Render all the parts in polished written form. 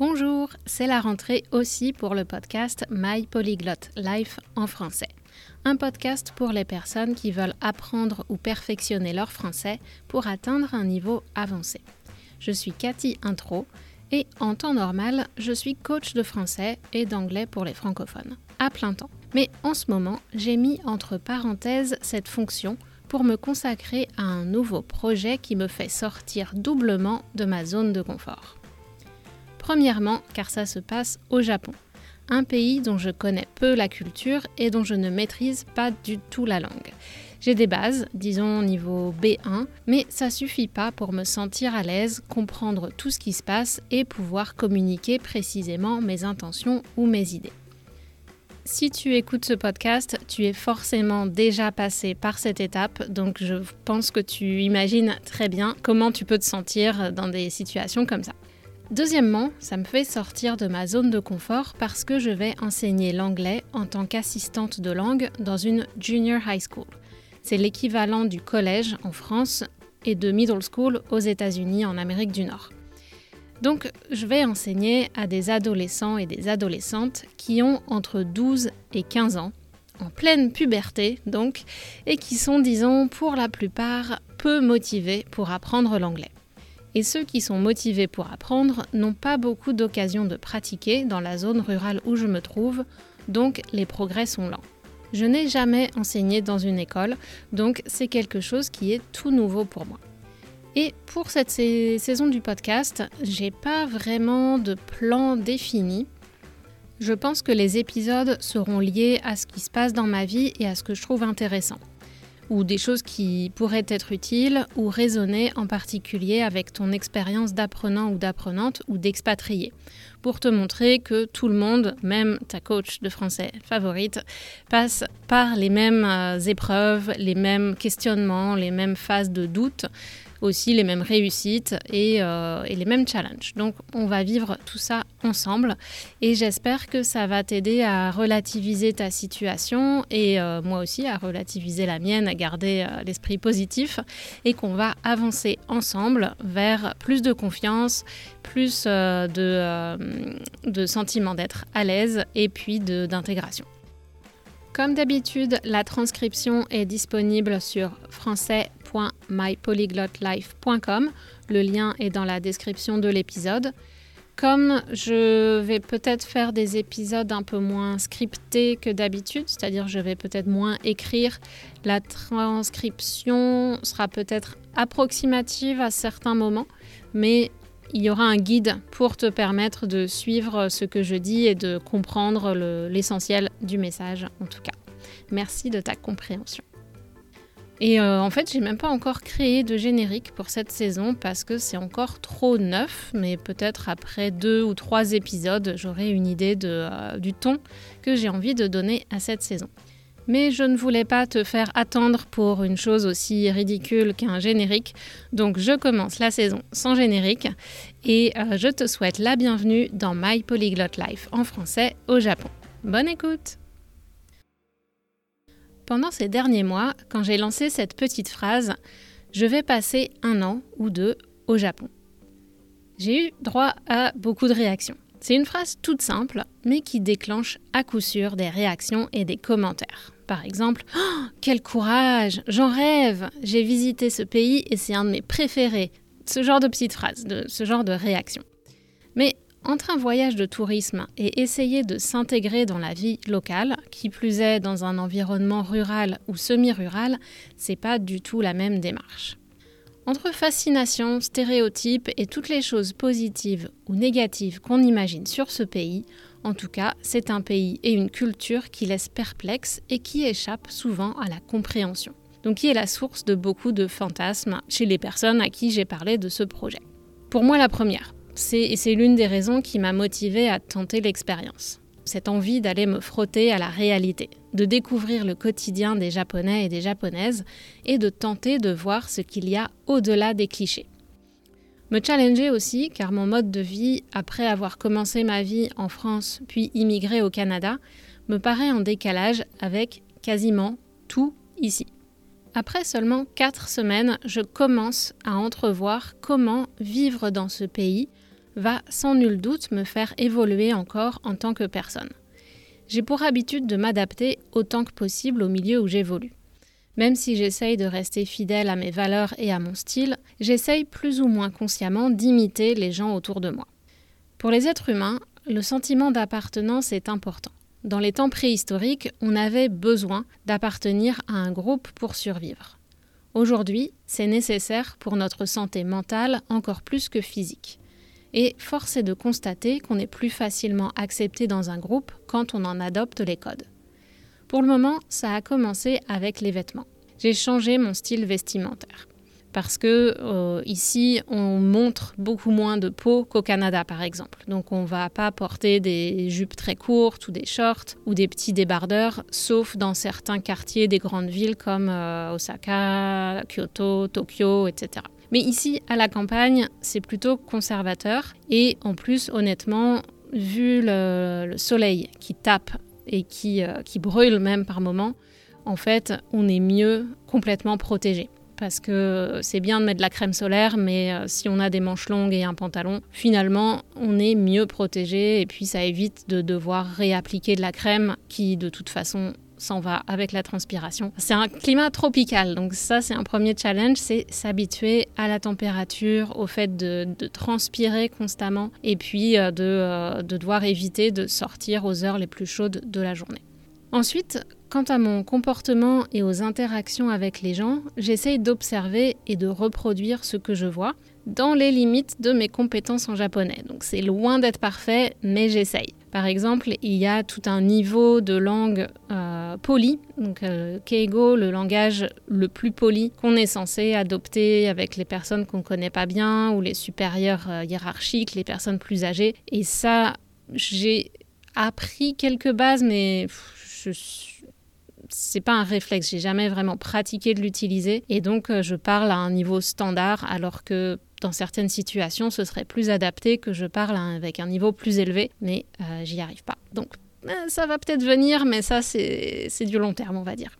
Bonjour, c'est la rentrée aussi pour le podcast My Polyglot Life en français. Un podcast pour les personnes qui veulent apprendre ou perfectionner leur français pour atteindre un niveau avancé. Je suis Cathy Intro et en temps normal, je suis coach de français et d'anglais pour les francophones, à plein temps. Mais en ce moment, j'ai mis entre parenthèses cette fonction pour me consacrer à un nouveau projet qui me fait sortir doublement de ma zone de confort. Premièrement, car ça se passe au Japon, un pays dont je connais peu la culture et dont je ne maîtrise pas du tout la langue. J'ai des bases, disons niveau B1, mais ça suffit pas pour me sentir à l'aise, comprendre tout ce qui se passe et pouvoir communiquer précisément mes intentions ou mes idées. Si tu écoutes ce podcast, tu es forcément déjà passé par cette étape, donc je pense que tu imagines très bien comment tu peux te sentir dans des situations comme ça. Deuxièmement, ça me fait sortir de ma zone de confort parce que je vais enseigner l'anglais en tant qu'assistante de langue dans une junior high school. C'est l'équivalent du collège en France et de middle school aux États-Unis en Amérique du Nord. Donc, je vais enseigner à des adolescents et des adolescentes qui ont entre 12 et 15 ans, en pleine puberté donc, et qui sont, disons, pour la plupart, peu motivés pour apprendre l'anglais. Et ceux qui sont motivés pour apprendre n'ont pas beaucoup d'occasions de pratiquer dans la zone rurale où je me trouve, donc les progrès sont lents. Je n'ai jamais enseigné dans une école, donc c'est quelque chose qui est tout nouveau pour moi. Et pour cette saison du podcast, j'ai pas vraiment de plan défini. Je pense que les épisodes seront liés à ce qui se passe dans ma vie et à ce que je trouve intéressant, ou des choses qui pourraient être utiles ou résonner en particulier avec ton expérience d'apprenant ou d'apprenante ou d'expatrié, pour te montrer que tout le monde, même ta coach de français favorite, passe par les mêmes épreuves, les mêmes questionnements, les mêmes phases de doute, aussi les mêmes réussites et les mêmes challenges. Donc on va vivre tout ça ensemble et j'espère que ça va t'aider à relativiser ta situation et moi aussi à relativiser la mienne, à garder l'esprit positif et qu'on va avancer ensemble vers plus de confiance, plus de sentiment d'être à l'aise et puis d'intégration. Comme d'habitude, la transcription est disponible sur français.mypolyglotlife.com. Le lien est dans la description de l'épisode. Comme je vais peut-être faire des épisodes un peu moins scriptés que d'habitude, c'est-à-dire je vais peut-être moins écrire, la transcription sera peut-être approximative à certains moments, mais il y aura un guide pour te permettre de suivre ce que je dis et de comprendre l'essentiel du message en tout cas. Merci de ta compréhension. Et en fait, j'ai même pas encore créé de générique pour cette saison parce que c'est encore trop neuf, mais peut-être après 2 ou 3 épisodes, j'aurai une idée du ton que j'ai envie de donner à cette saison. Mais je ne voulais pas te faire attendre pour une chose aussi ridicule qu'un générique, donc je commence la saison sans générique et je te souhaite la bienvenue dans My Polyglot Life en français au Japon. Bonne écoute! Pendant ces derniers mois, quand j'ai lancé cette petite phrase « Je vais passer 1 an ou 2 au Japon », j'ai eu droit à beaucoup de réactions. C'est une phrase toute simple, mais qui déclenche à coup sûr des réactions et des commentaires. Par exemple, « Oh, quel courage! J'en rêve! J'ai visité ce pays et c'est un de mes préférés !» Ce genre de petites phrases, ce genre de réactions. Mais entre un voyage de tourisme et essayer de s'intégrer dans la vie locale, qui plus est dans un environnement rural ou semi-rural, c'est pas du tout la même démarche. Entre fascination, stéréotypes et toutes les choses positives ou négatives qu'on imagine sur ce pays, en tout cas, c'est un pays et une culture qui laissent perplexes et qui échappent souvent à la compréhension. Donc qui est la source de beaucoup de fantasmes chez les personnes à qui j'ai parlé de ce projet. Pour moi, la première, c'est l'une des raisons qui m'a motivée à tenter l'expérience. Cette envie d'aller me frotter à la réalité, de découvrir le quotidien des Japonais et des Japonaises et de tenter de voir ce qu'il y a au-delà des clichés. Me challenger aussi, car mon mode de vie, après avoir commencé ma vie en France puis immigré au Canada, me paraît en décalage avec quasiment tout ici. Après seulement 4 semaines, je commence à entrevoir comment vivre dans ce pays va sans nul doute me faire évoluer encore en tant que personne. J'ai pour habitude de m'adapter autant que possible au milieu où j'évolue. Même si j'essaye de rester fidèle à mes valeurs et à mon style, j'essaye plus ou moins consciemment d'imiter les gens autour de moi. Pour les êtres humains, le sentiment d'appartenance est important. Dans les temps préhistoriques, on avait besoin d'appartenir à un groupe pour survivre. Aujourd'hui, c'est nécessaire pour notre santé mentale encore plus que physique. Et force est de constater qu'on est plus facilement accepté dans un groupe quand on en adopte les codes. Pour le moment, ça a commencé avec les vêtements. J'ai changé mon style vestimentaire. Parce que ici, on montre beaucoup moins de peau qu'au Canada, par exemple. Donc, on ne va pas porter des jupes très courtes ou des shorts ou des petits débardeurs, sauf dans certains quartiers des grandes villes comme Osaka, Kyoto, Tokyo, etc. Mais ici, à la campagne, c'est plutôt conservateur. Et en plus, honnêtement, vu le soleil qui tape et qui brûle même par moments, en fait, on est mieux complètement protégé. Parce que c'est bien de mettre de la crème solaire, mais si on a des manches longues et un pantalon, finalement, on est mieux protégé et puis ça évite de devoir réappliquer de la crème qui, de toute façon, s'en va avec la transpiration. C'est un climat tropical, donc ça, c'est un premier challenge, c'est s'habituer à la température, au fait de transpirer constamment et puis de devoir éviter de sortir aux heures les plus chaudes de la journée. Ensuite, quant à mon comportement et aux interactions avec les gens, j'essaye d'observer et de reproduire ce que je vois dans les limites de mes compétences en japonais. Donc c'est loin d'être parfait, mais j'essaye. Par exemple, il y a tout un niveau de langue polie, donc Keigo, le langage le plus poli qu'on est censé adopter avec les personnes qu'on ne connaît pas bien ou les supérieurs hiérarchiques, les personnes plus âgées. Et ça, j'ai appris quelques bases, mais c'est pas un réflexe, j'ai jamais vraiment pratiqué de l'utiliser et donc je parle à un niveau standard alors que dans certaines situations ce serait plus adapté que je parle avec un niveau plus élevé, mais j'y arrive pas. Donc ça va peut-être venir, mais ça c'est du long terme, on va dire.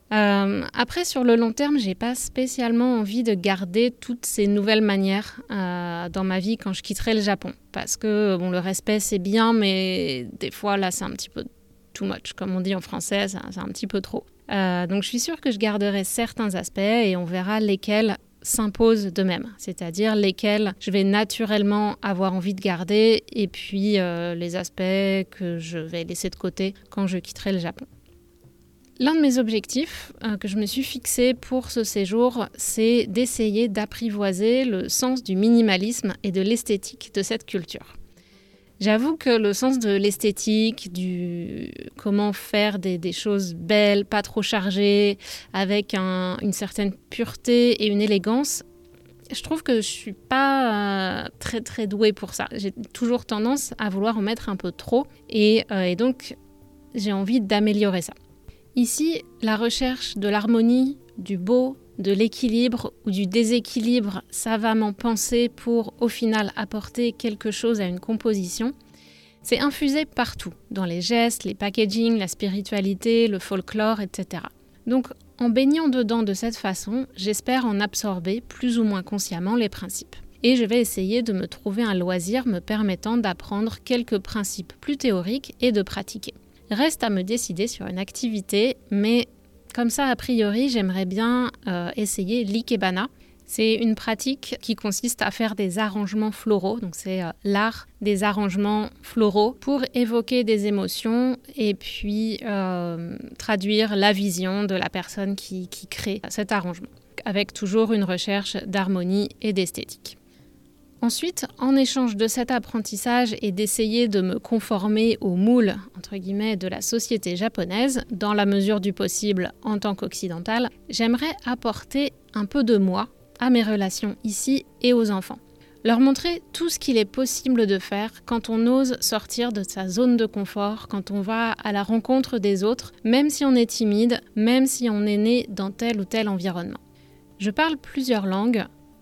Après, sur le long terme, j'ai pas spécialement envie de garder toutes ces nouvelles manières dans ma vie quand je quitterai le Japon, parce que bon, le respect c'est bien, mais des fois là c'est un petit peu too much, comme on dit en français, c'est un petit peu trop. Donc je suis sûre que je garderai certains aspects et on verra lesquels s'imposent d'eux-mêmes, c'est-à-dire lesquels je vais naturellement avoir envie de garder et puis les aspects que je vais laisser de côté quand je quitterai le Japon. L'un de mes objectifs que je me suis fixé pour ce séjour, c'est d'essayer d'apprivoiser le sens du minimalisme et de l'esthétique de cette culture. J'avoue que le sens de l'esthétique, du comment faire des choses belles, pas trop chargées, avec une certaine pureté et une élégance, je trouve que je suis pas très très douée pour ça. J'ai toujours tendance à vouloir en mettre un peu trop et donc j'ai envie d'améliorer ça. Ici, la recherche de l'harmonie, du beau, de l'équilibre ou du déséquilibre savamment pensé pour, au final, apporter quelque chose à une composition, c'est infusé partout, dans les gestes, les packaging, la spiritualité, le folklore, etc. Donc, en baignant dedans de cette façon, j'espère en absorber plus ou moins consciemment les principes. Et je vais essayer de me trouver un loisir me permettant d'apprendre quelques principes plus théoriques et de pratiquer. Reste à me décider sur une activité, mais comme ça, a priori, j'aimerais bien essayer l'ikebana. C'est une pratique qui consiste à faire des arrangements floraux, donc c'est l'art des arrangements floraux pour évoquer des émotions et puis traduire la vision de la personne qui crée cet arrangement, avec toujours une recherche d'harmonie et d'esthétique. Ensuite, en échange de cet apprentissage et d'essayer de me conformer au moule, entre guillemets, de la société japonaise, dans la mesure du possible en tant qu'occidentale, j'aimerais apporter un peu de moi à mes relations ici et aux enfants. Leur montrer tout ce qu'il est possible de faire quand on ose sortir de sa zone de confort, quand on va à la rencontre des autres, même si on est timide, même si on est né dans tel ou tel environnement. Je parle plusieurs langues.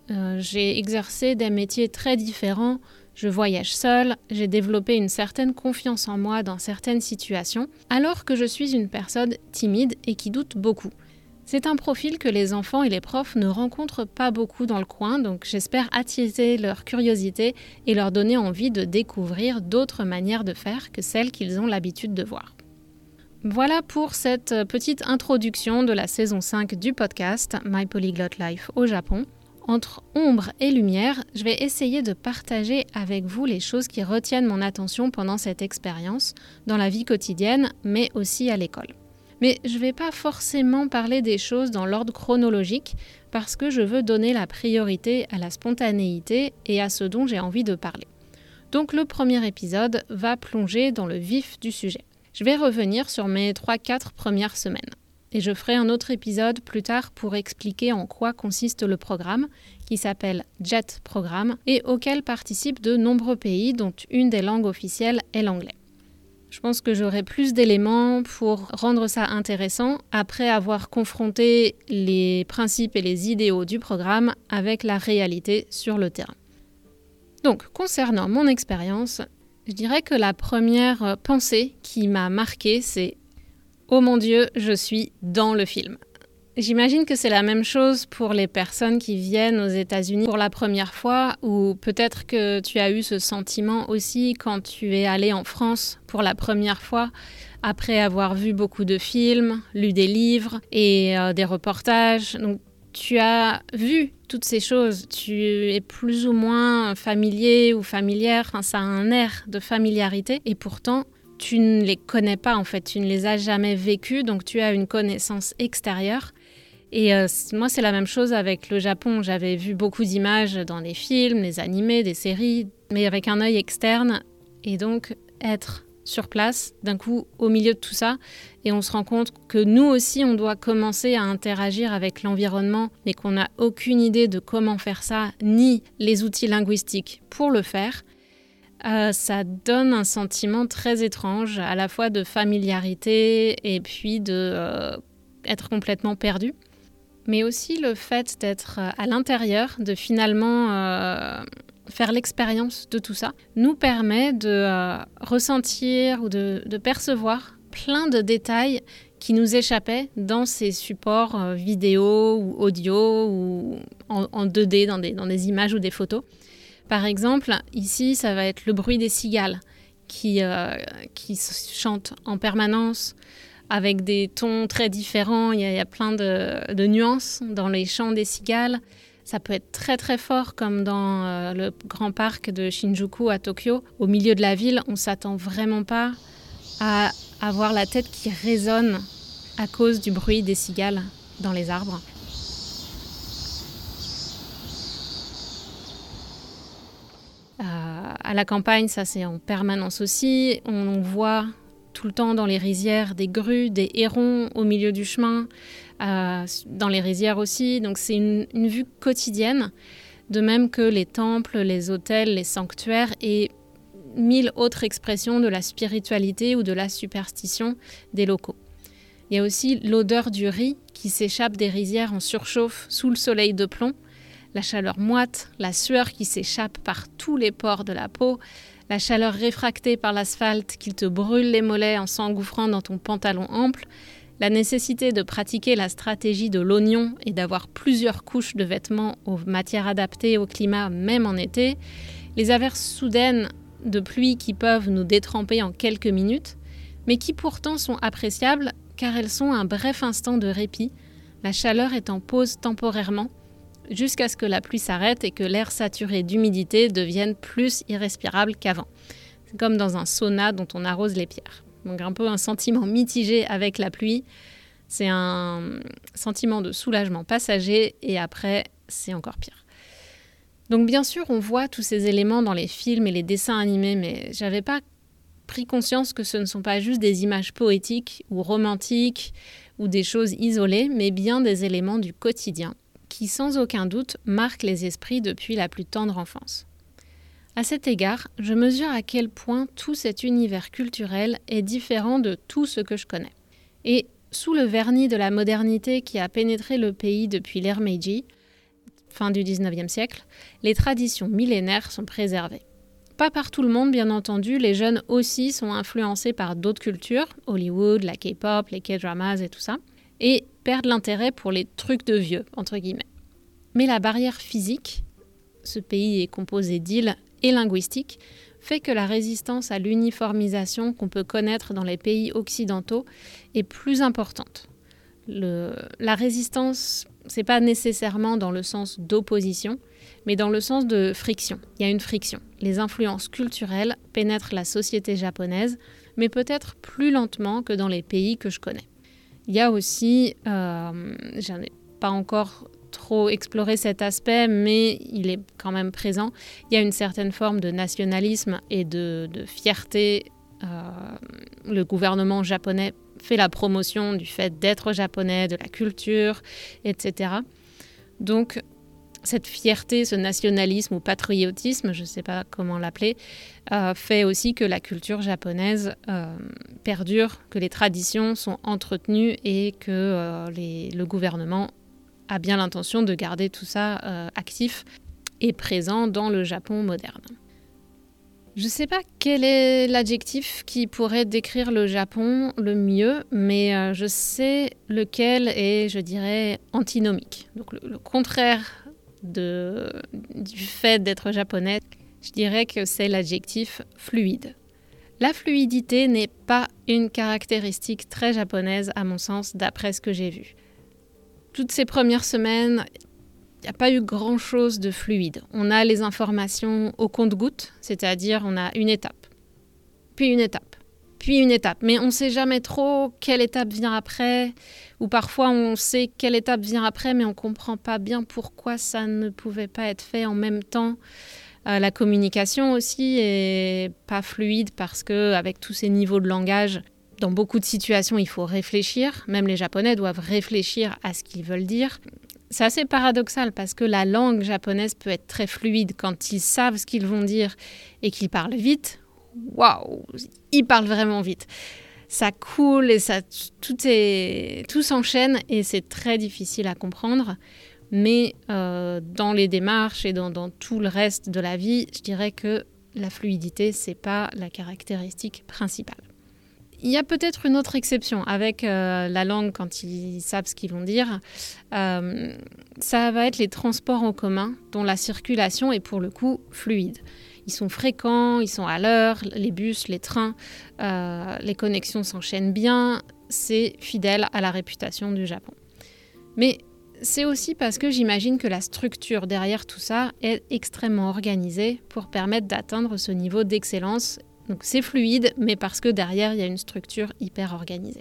J'ai exercé des métiers très différents, je voyage seule, j'ai développé une certaine confiance en moi dans certaines situations, alors que je suis une personne timide et qui doute beaucoup. C'est un profil que les enfants et les profs ne rencontrent pas beaucoup dans le coin, donc j'espère attiser leur curiosité et leur donner envie de découvrir d'autres manières de faire que celles qu'ils ont l'habitude de voir. Voilà pour cette petite introduction de la saison 5 du podcast My Polyglot Life au Japon. Entre ombre et lumière, je vais essayer de partager avec vous les choses qui retiennent mon attention pendant cette expérience, dans la vie quotidienne, mais aussi à l'école. Mais je ne vais pas forcément parler des choses dans l'ordre chronologique parce que je veux donner la priorité à la spontanéité et à ce dont j'ai envie de parler. Donc le premier épisode va plonger dans le vif du sujet. Je vais revenir sur mes 3-4 premières semaines. Et je ferai un autre épisode plus tard pour expliquer en quoi consiste le programme, qui s'appelle JET Programme, et auquel participent de nombreux pays, dont une des langues officielles est l'anglais. Je pense que j'aurai plus d'éléments pour rendre ça intéressant après avoir confronté les principes et les idéaux du programme avec la réalité sur le terrain. Donc, concernant mon expérience, je dirais que la première pensée qui m'a marquée, c'est « Oh mon Dieu, je suis dans le film ». J'imagine que c'est la même chose pour les personnes qui viennent aux États-Unis pour la première fois, ou peut-être que tu as eu ce sentiment aussi quand tu es allé en France pour la première fois, après avoir vu beaucoup de films, lu des livres et des reportages. Donc, tu as vu toutes ces choses, tu es plus ou moins familier ou familière, enfin, ça a un air de familiarité et pourtant, tu ne les connais pas en fait, tu ne les as jamais vécues, donc tu as une connaissance extérieure. Et moi, c'est la même chose avec le Japon. J'avais vu beaucoup d'images dans les films, les animés, des séries, mais avec un œil externe. Et donc, être sur place, d'un coup, au milieu de tout ça, et on se rend compte que nous aussi, on doit commencer à interagir avec l'environnement, mais qu'on n'a aucune idée de comment faire ça, ni les outils linguistiques pour le faire. Ça donne un sentiment très étrange, à la fois de familiarité et puis être complètement perdu. Mais aussi le fait d'être à l'intérieur, de finalement faire l'expérience de tout ça, nous permet de ressentir ou de percevoir plein de détails qui nous échappaient dans ces supports vidéo ou audio ou en 2D, dans des images ou des photos. Par exemple, ici, ça va être le bruit des cigales qui chantent en permanence, avec des tons très différents. Il y a plein de nuances dans les chants des cigales. Ça peut être très très fort, comme dans le grand parc de Shinjuku à Tokyo. Au milieu de la ville, on ne s'attend vraiment pas à avoir la tête qui résonne à cause du bruit des cigales dans les arbres. À la campagne, ça c'est en permanence aussi. On voit tout le temps dans les rizières des grues, des hérons au milieu du chemin, dans les rizières aussi. Donc c'est une vue quotidienne, de même que les temples, les hôtels, les sanctuaires et 1000 autres expressions de la spiritualité ou de la superstition des locaux. Il y a aussi l'odeur du riz qui s'échappe des rizières en surchauffe sous le soleil de plomb, la chaleur moite, la sueur qui s'échappe par tous les pores de la peau, la chaleur réfractée par l'asphalte qui te brûle les mollets en s'engouffrant dans ton pantalon ample, la nécessité de pratiquer la stratégie de l'oignon et d'avoir plusieurs couches de vêtements aux matières adaptées au climat même en été, les averses soudaines de pluie qui peuvent nous détremper en quelques minutes, mais qui pourtant sont appréciables car elles sont un bref instant de répit, la chaleur est en pause temporairement, jusqu'à ce que la pluie s'arrête et que l'air saturé d'humidité devienne plus irrespirable qu'avant. C'est comme dans un sauna dont on arrose les pierres. Donc un peu un sentiment mitigé avec la pluie. C'est un sentiment de soulagement passager et après, c'est encore pire. Donc bien sûr, on voit tous ces éléments dans les films et les dessins animés, mais j'avais pas pris conscience que ce ne sont pas juste des images poétiques ou romantiques ou des choses isolées, mais bien des éléments du quotidien qui, sans aucun doute, marquent les esprits depuis la plus tendre enfance. À cet égard, je mesure à quel point tout cet univers culturel est différent de tout ce que je connais. Et sous le vernis de la modernité qui a pénétré le pays depuis l'ère Meiji, fin du 19e siècle, les traditions millénaires sont préservées. Pas par tout le monde, bien entendu, les jeunes aussi sont influencés par d'autres cultures, Hollywood, la K-pop, les K-dramas et tout ça. Et perdent l'intérêt pour les trucs de vieux, entre guillemets. Mais la barrière physique, ce pays est composé d'îles et linguistiques, fait que la résistance à l'uniformisation qu'on peut connaître dans les pays occidentaux est plus importante. La résistance, c'est pas nécessairement dans le sens d'opposition, mais dans le sens de friction. Il y a une friction. Les influences culturelles pénètrent la société japonaise, mais peut-être plus lentement que dans les pays que je connais. Il y a aussi, j'en ai pas encore trop exploré cet aspect, mais il est quand même présent. Il y a une certaine forme de nationalisme et de fierté. Le gouvernement japonais fait la promotion du fait d'être japonais, de la culture, etc. Donc, cette fierté, ce nationalisme ou patriotisme, je ne sais pas comment l'appeler, fait aussi que la culture japonaise perdure, que les traditions sont entretenues et que le gouvernement a bien l'intention de garder tout ça actif et présent dans le Japon moderne. Je ne sais pas quel est l'adjectif qui pourrait décrire le Japon le mieux, mais je sais lequel est, je dirais, antinomique. Donc le contraire du fait d'être japonais, je dirais que c'est l'adjectif fluide. La fluidité n'est pas une caractéristique très japonaise, à mon sens, d'après ce que j'ai vu. Toutes ces premières semaines, il n'y a pas eu grand-chose de fluide. On a les informations au compte-gouttes, c'est-à-dire on a une étape, puis une étape, puis une étape. Mais on ne sait jamais trop quelle étape vient après, ou parfois on sait quelle étape vient après, mais on ne comprend pas bien pourquoi ça ne pouvait pas être fait en même temps. La communication aussi est pas fluide parce qu'avec tous ces niveaux de langage, dans beaucoup de situations, il faut réfléchir. Même les Japonais doivent réfléchir à ce qu'ils veulent dire. C'est assez paradoxal parce que la langue japonaise peut être très fluide quand ils savent ce qu'ils vont dire et qu'ils parlent vite. Waouh, ils parlent vraiment vite. Ça coule et tout s'enchaîne et c'est très difficile à comprendre. Mais dans les démarches et dans tout le reste de la vie, je dirais que la fluidité, c'est pas la caractéristique principale. Il y a peut-être une autre exception avec la langue quand ils savent ce qu'ils vont dire. Ça va être les transports en commun dont la circulation est pour le coup fluide. Ils sont fréquents, ils sont à l'heure, les bus, les trains, les connexions s'enchaînent bien. C'est fidèle à la réputation du Japon. Mais c'est aussi parce que j'imagine que la structure derrière tout ça est extrêmement organisée pour permettre d'atteindre ce niveau d'excellence. Donc c'est fluide, mais parce que derrière, il y a une structure hyper organisée.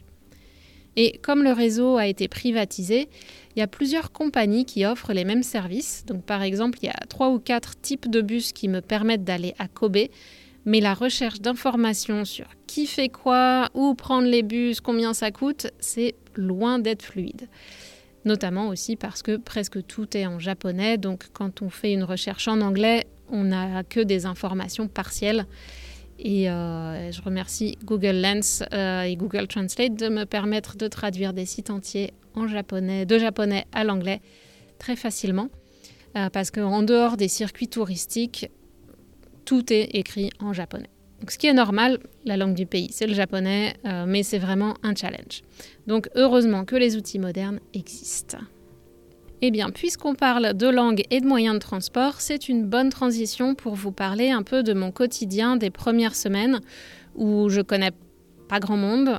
Et comme le réseau a été privatisé, il y a plusieurs compagnies qui offrent les mêmes services. Donc par exemple, il y a 3 ou 4 types de bus qui me permettent d'aller à Kobe, mais la recherche d'informations sur qui fait quoi, où prendre les bus, combien ça coûte, c'est loin d'être fluide. Notamment aussi parce que presque tout est en japonais, donc quand on fait une recherche en anglais, on n'a que des informations partielles. Et je remercie Google Lens et Google Translate de me permettre de traduire des sites entiers en japonais, de japonais à l'anglais très facilement. Parce qu'en dehors des circuits touristiques, tout est écrit en japonais. Donc, ce qui est normal, la langue du pays, c'est le japonais, mais c'est vraiment un challenge. Donc heureusement que les outils modernes existent. Eh bien, puisqu'on parle de langue et de moyens de transport, c'est une bonne transition pour vous parler un peu de mon quotidien des premières semaines où je connais pas grand monde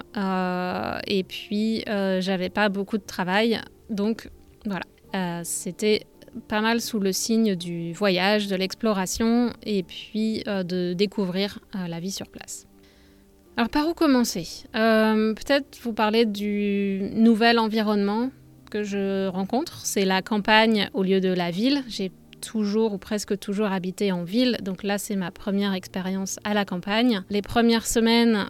et puis j'avais pas beaucoup de travail. Donc voilà, c'était pas mal sous le signe du voyage, de l'exploration et puis de découvrir la vie sur place. Alors par où commencer ? Peut-être vous parler du nouvel environnement que je rencontre, c'est la campagne au lieu de la ville. J'ai toujours ou presque toujours habité en ville, donc là c'est ma première expérience à la campagne. Les premières semaines,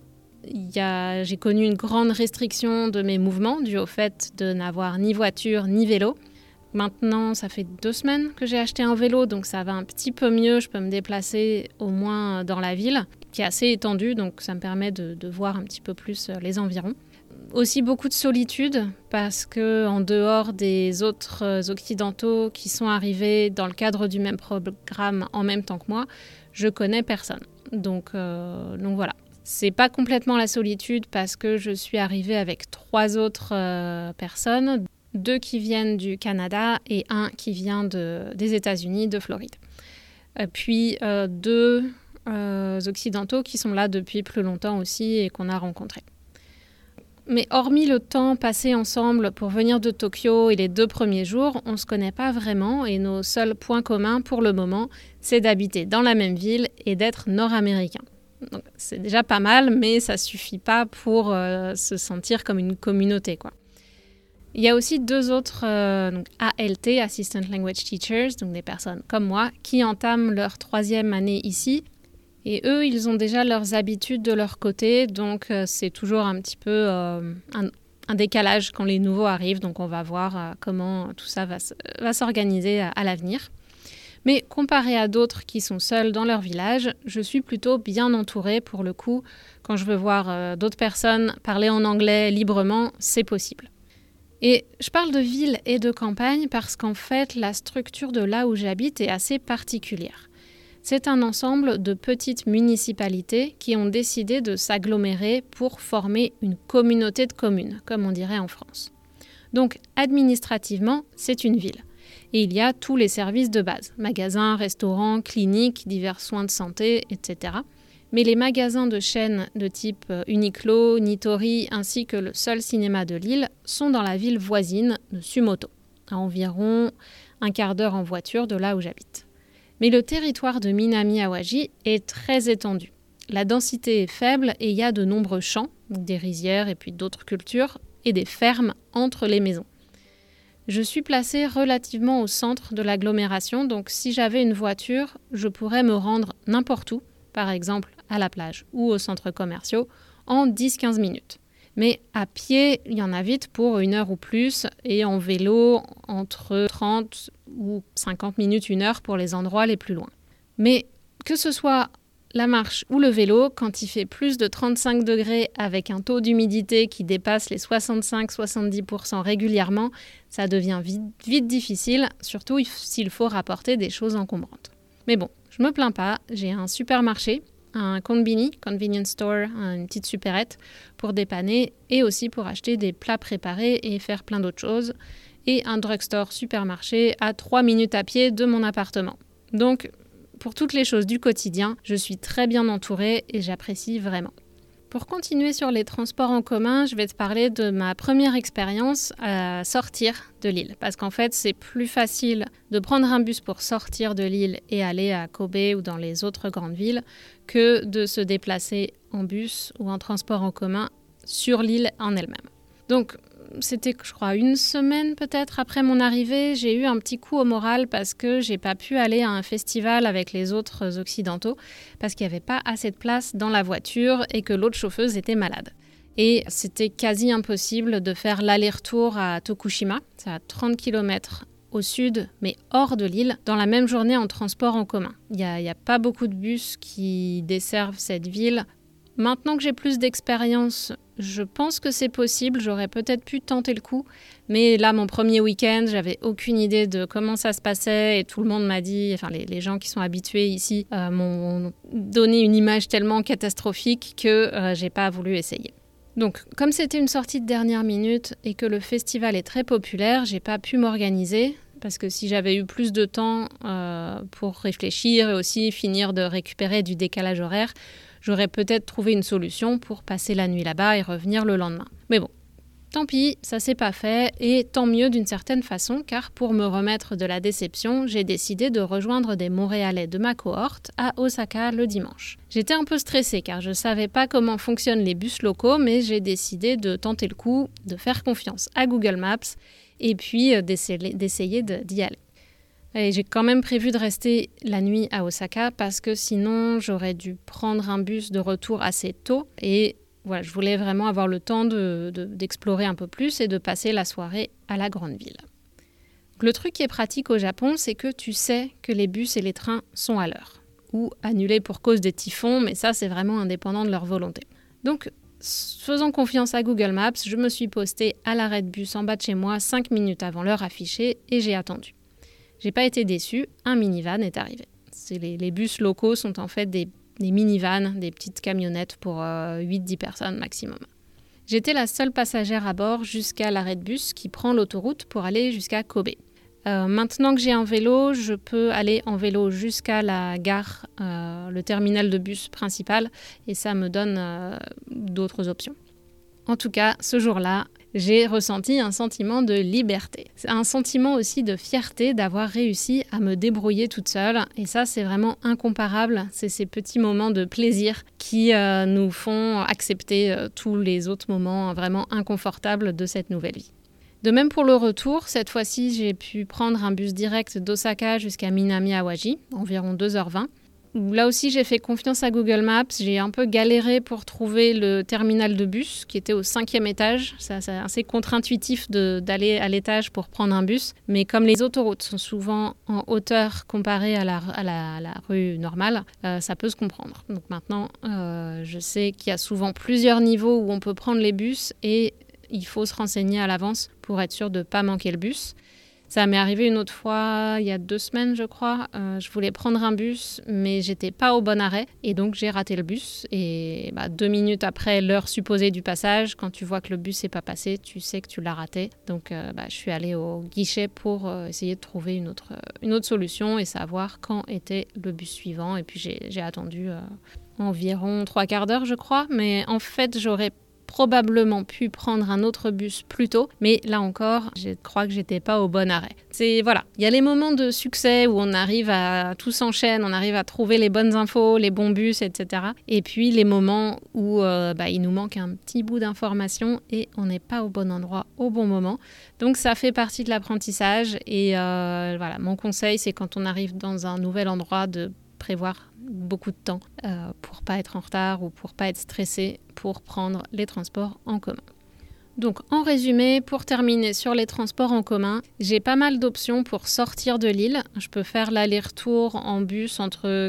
j'ai connu une grande restriction de mes mouvements due au fait de n'avoir ni voiture ni vélo. Maintenant, ça fait 2 semaines que j'ai acheté un vélo, donc ça va un petit peu mieux. Je peux me déplacer au moins dans la ville, qui est assez étendue, donc ça me permet de voir un petit peu plus les environs. Aussi beaucoup de solitude, parce qu'en dehors des autres occidentaux qui sont arrivés dans le cadre du même programme en même temps que moi, je connais personne. Donc voilà, C'est pas complètement la solitude parce que je suis arrivée avec 3 autres personnes, 2 qui viennent du Canada et 1 qui vient des États-Unis, de Floride. Puis 2 occidentaux qui sont là depuis plus longtemps aussi et qu'on a rencontrés. Mais hormis le temps passé ensemble pour venir de Tokyo et les 2 premiers jours, on ne se connaît pas vraiment et nos seuls points communs pour le moment, c'est d'habiter dans la même ville et d'être nord-américain. Donc, c'est déjà pas mal, mais ça ne suffit pas pour se sentir comme une communauté, quoi. Il y a aussi 2 autres ALT, Assistant Language Teachers, donc des personnes comme moi, qui entament leur 3e année ici. Et eux, ils ont déjà leurs habitudes de leur côté, donc c'est toujours un petit peu un décalage quand les nouveaux arrivent. Donc on va voir comment tout ça va s'organiser à l'avenir. Mais comparé à d'autres qui sont seuls dans leur village, je suis plutôt bien entourée pour le coup. Quand je veux voir d'autres personnes parler en anglais librement, c'est possible. Et je parle de ville et de campagne parce qu'en fait, la structure de là où j'habite est assez particulière. C'est un ensemble de petites municipalités qui ont décidé de s'agglomérer pour former une communauté de communes, comme on dirait en France. Donc, administrativement, c'est une ville. Et il y a tous les services de base, magasins, restaurants, cliniques, divers soins de santé, etc. Mais les magasins de chaînes de type Uniqlo, Nitori, ainsi que le seul cinéma de l'île sont dans la ville voisine de Sumoto, à environ un quart d'heure en voiture de là où j'habite. Mais le territoire de Minami-Awaji est très étendu. La densité est faible et il y a de nombreux champs, des rizières et puis d'autres cultures, et des fermes entre les maisons. Je suis placée relativement au centre de l'agglomération, donc si j'avais une voiture, je pourrais me rendre n'importe où, par exemple à la plage ou aux centres commerciaux, en 10-15 minutes. Mais à pied, il y en a vite pour 1 heure ou plus, et en vélo, entre 30 ou 50 minutes, 1 heure pour les endroits les plus loin. Mais que ce soit la marche ou le vélo, quand il fait plus de 35 degrés avec un taux d'humidité qui dépasse les 65-70% régulièrement, ça devient vite difficile, surtout s'il faut rapporter des choses encombrantes. Mais bon, je me plains pas, j'ai un supermarché, un konbini, convenience store, une petite supérette pour dépanner et aussi pour acheter des plats préparés et faire plein d'autres choses. Et un drugstore supermarché à 3 minutes à pied de mon appartement. Donc, pour toutes les choses du quotidien, je suis très bien entourée et j'apprécie vraiment. Pour continuer sur les transports en commun, je vais te parler de ma première expérience à sortir de l'île. Parce qu'en fait, c'est plus facile de prendre un bus pour sortir de l'île et aller à Kobe ou dans les autres grandes villes que de se déplacer en bus ou en transport en commun sur l'île en elle-même. Donc, c'était, je crois, 1 semaine peut-être après mon arrivée, j'ai eu un petit coup au moral parce que j'ai pas pu aller à un festival avec les autres occidentaux parce qu'il n'y avait pas assez de place dans la voiture et que l'autre chauffeuse était malade. Et c'était quasi impossible de faire l'aller-retour à Tokushima, c'est à 30 km au sud, mais hors de l'île, dans la même journée en transport en commun. Il n'y a pas beaucoup de bus qui desservent cette ville. Maintenant que j'ai plus d'expérience, je pense que c'est possible, j'aurais peut-être pu tenter le coup. Mais là, mon premier week-end, j'avais aucune idée de comment ça se passait et tout le monde m'a dit, enfin les gens qui sont habitués ici m'ont donné une image tellement catastrophique que j'ai pas voulu essayer. Donc, comme c'était une sortie de dernière minute et que le festival est très populaire, j'ai pas pu m'organiser. Parce que si j'avais eu plus de temps pour réfléchir et aussi finir de récupérer du décalage horaire, j'aurais peut-être trouvé une solution pour passer la nuit là-bas et revenir le lendemain. Mais bon, tant pis, ça s'est pas fait et tant mieux d'une certaine façon car pour me remettre de la déception, j'ai décidé de rejoindre des Montréalais de ma cohorte à Osaka le dimanche. J'étais un peu stressée car je savais pas comment fonctionnent les bus locaux mais j'ai décidé de tenter le coup, de faire confiance à Google Maps et puis d'essayer d'y aller. Et j'ai quand même prévu de rester la nuit à Osaka parce que sinon j'aurais dû prendre un bus de retour assez tôt et voilà, je voulais vraiment avoir le temps d'explorer un peu plus et de passer la soirée à la grande ville. Le truc qui est pratique au Japon, c'est que tu sais que les bus et les trains sont à l'heure ou annulés pour cause des typhons, mais ça c'est vraiment indépendant de leur volonté. Donc faisant confiance à Google Maps, je me suis postée à l'arrêt de bus en bas de chez moi 5 minutes avant l'heure affichée et j'ai attendu. J'ai pas été déçue, un minivan est arrivé. Les bus locaux sont en fait des minivans, des petites camionnettes pour 8-10 personnes maximum. J'étais la seule passagère à bord jusqu'à l'arrêt de bus qui prend l'autoroute pour aller jusqu'à Kobe. Maintenant que j'ai un vélo, je peux aller en vélo jusqu'à la gare, le terminal de bus principal, et ça me donne d'autres options. En tout cas, ce jour-là, j'ai ressenti un sentiment de liberté. C'est un sentiment aussi de fierté d'avoir réussi à me débrouiller toute seule. Et ça, c'est vraiment incomparable. C'est ces petits moments de plaisir qui nous font accepter tous les autres moments vraiment inconfortables de cette nouvelle vie. De même pour le retour, cette fois-ci, j'ai pu prendre un bus direct d'Osaka jusqu'à Minami-Awaji, environ 2h20. Là aussi, j'ai fait confiance à Google Maps. J'ai un peu galéré pour trouver le terminal de bus qui était au 5e étage. C'est assez contre-intuitif d'aller à l'étage pour prendre un bus. Mais comme les autoroutes sont souvent en hauteur comparées à la rue normale, ça peut se comprendre. Donc maintenant, je sais qu'il y a souvent plusieurs niveaux où on peut prendre les bus et il faut se renseigner à l'avance pour être sûr de ne pas manquer le bus. Ça m'est arrivé une autre fois, il y a 2 semaines, je crois. Je voulais prendre un bus, mais j'étais pas au bon arrêt. Et donc, j'ai raté le bus. Et 2 minutes après l'heure supposée du passage, quand tu vois que le bus n'est pas passé, tu sais que tu l'as raté. Donc, je suis allée au guichet pour essayer de trouver une autre solution et savoir quand était le bus suivant. Et puis, j'ai attendu environ 3/4 d'heure, je crois. Mais en fait, j'aurais probablement pu prendre un autre bus plus tôt, mais là encore, je crois que j'étais pas au bon arrêt. Il y a les moments de succès où on arrive à tout s'enchaîne, on arrive à trouver les bonnes infos, les bons bus, etc. Et puis les moments où il nous manque un petit bout d'information et on n'est pas au bon endroit au bon moment. Donc ça fait partie de l'apprentissage et mon conseil, c'est quand on arrive dans un nouvel endroit de prévoir beaucoup de temps pour pas être en retard ou pour pas être stressé pour prendre les transports en commun. Donc en résumé, pour terminer sur les transports en commun, j'ai pas mal d'options pour sortir de l'île. Je peux faire l'aller-retour en bus entre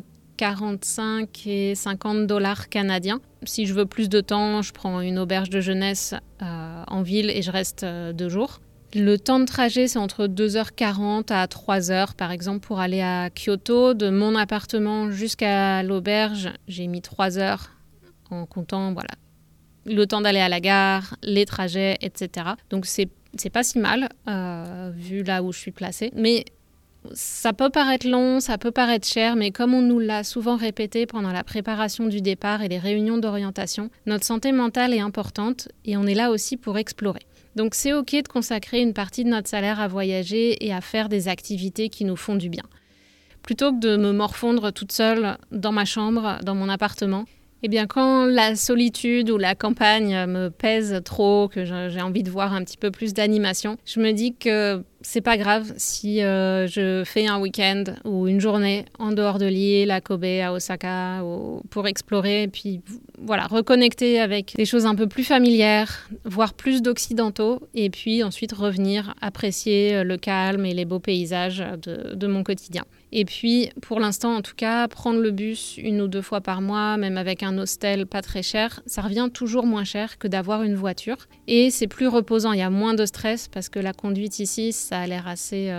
45 et 50 $ canadiens. Si je veux plus de temps, je prends une auberge de jeunesse en ville et je reste 2 jours. Le temps de trajet, c'est entre 2h40 à 3h, par exemple, pour aller à Kyoto. De mon appartement jusqu'à l'auberge, j'ai mis 3 heures en comptant le temps d'aller à la gare, les trajets, etc. Donc, c'est pas si mal, vu là où je suis placée. Mais ça peut paraître long, ça peut paraître cher, mais comme on nous l'a souvent répété pendant la préparation du départ et les réunions d'orientation, notre santé mentale est importante et on est là aussi pour explorer. Donc c'est OK de consacrer une partie de notre salaire à voyager et à faire des activités qui nous font du bien. Plutôt que de me morfondre toute seule dans ma chambre, dans mon appartement, quand la solitude ou la campagne me pèse trop, que j'ai envie de voir un petit peu plus d'animation, je me dis que c'est pas grave si je fais un week-end ou une journée en dehors de l'île, à Kobe, à Osaka, pour explorer et puis reconnecter avec des choses un peu plus familières, voir plus d'occidentaux et puis ensuite revenir apprécier le calme et les beaux paysages de mon quotidien. Et puis, pour l'instant, en tout cas, prendre le bus 1 ou 2 fois par mois, même avec un hostel pas très cher, ça revient toujours moins cher que d'avoir une voiture. Et c'est plus reposant, il y a moins de stress parce que la conduite ici, ça a l'air assez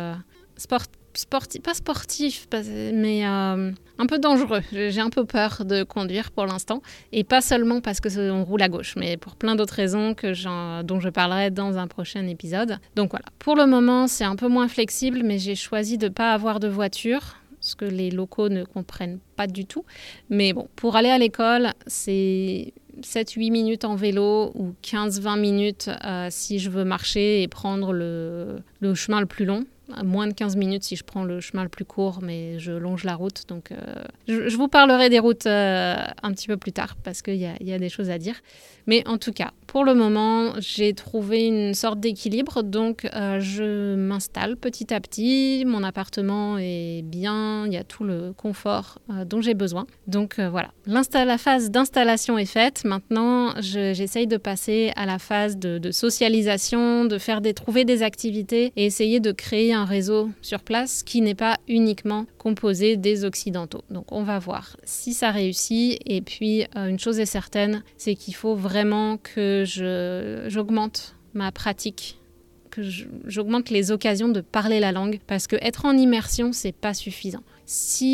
pas sportif, mais un peu dangereux. J'ai un peu peur de conduire pour l'instant. Et pas seulement parce qu'on roule à gauche, mais pour plein d'autres raisons dont je parlerai dans un prochain épisode. Donc voilà, pour le moment, c'est un peu moins flexible, mais j'ai choisi de ne pas avoir de voiture, ce que les locaux ne comprennent pas du tout. Mais bon, pour aller à l'école, c'est 7-8 minutes en vélo ou 15-20 minutes si je veux marcher et prendre le chemin le plus long. Moins de 15 minutes si je prends le chemin le plus court, mais je longe la route. Donc, je vous parlerai des routes un petit peu plus tard parce qu'il y a des choses à dire. Mais en tout cas, pour le moment, j'ai trouvé une sorte d'équilibre. Donc, je m'installe petit à petit. Mon appartement est bien. Il y a tout le confort dont j'ai besoin. Donc, voilà. La phase d'installation est faite. Maintenant, j'essaye de passer à la phase de socialisation, de trouver des activités et essayer de créer un réseau sur place qui n'est pas uniquement composé des Occidentaux. Donc on va voir si ça réussit. Et puis une chose est certaine, c'est qu'il faut vraiment que j'augmente ma pratique, que j'augmente les occasions de parler la langue parce que être en immersion, c'est pas suffisant. Si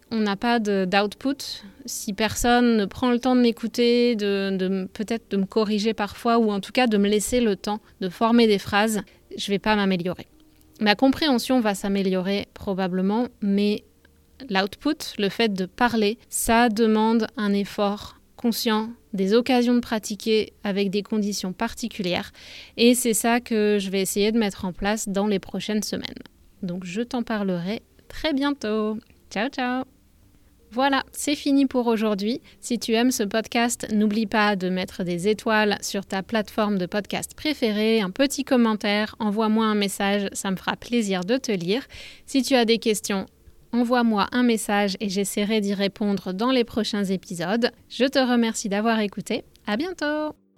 on n'a pas d'output, si personne ne prend le temps de m'écouter, peut-être de me corriger parfois, ou en tout cas de me laisser le temps de former des phrases, je ne vais pas m'améliorer. Ma compréhension va s'améliorer probablement, mais l'output, le fait de parler, ça demande un effort conscient, des occasions de pratiquer avec des conditions particulières. Et c'est ça que je vais essayer de mettre en place dans les prochaines semaines. Donc je t'en parlerai très bientôt. Ciao, ciao! Voilà, c'est fini pour aujourd'hui. Si tu aimes ce podcast, n'oublie pas de mettre des étoiles sur ta plateforme de podcast préférée, un petit commentaire, envoie-moi un message, ça me fera plaisir de te lire. Si tu as des questions, envoie-moi un message et j'essaierai d'y répondre dans les prochains épisodes. Je te remercie d'avoir écouté. À bientôt!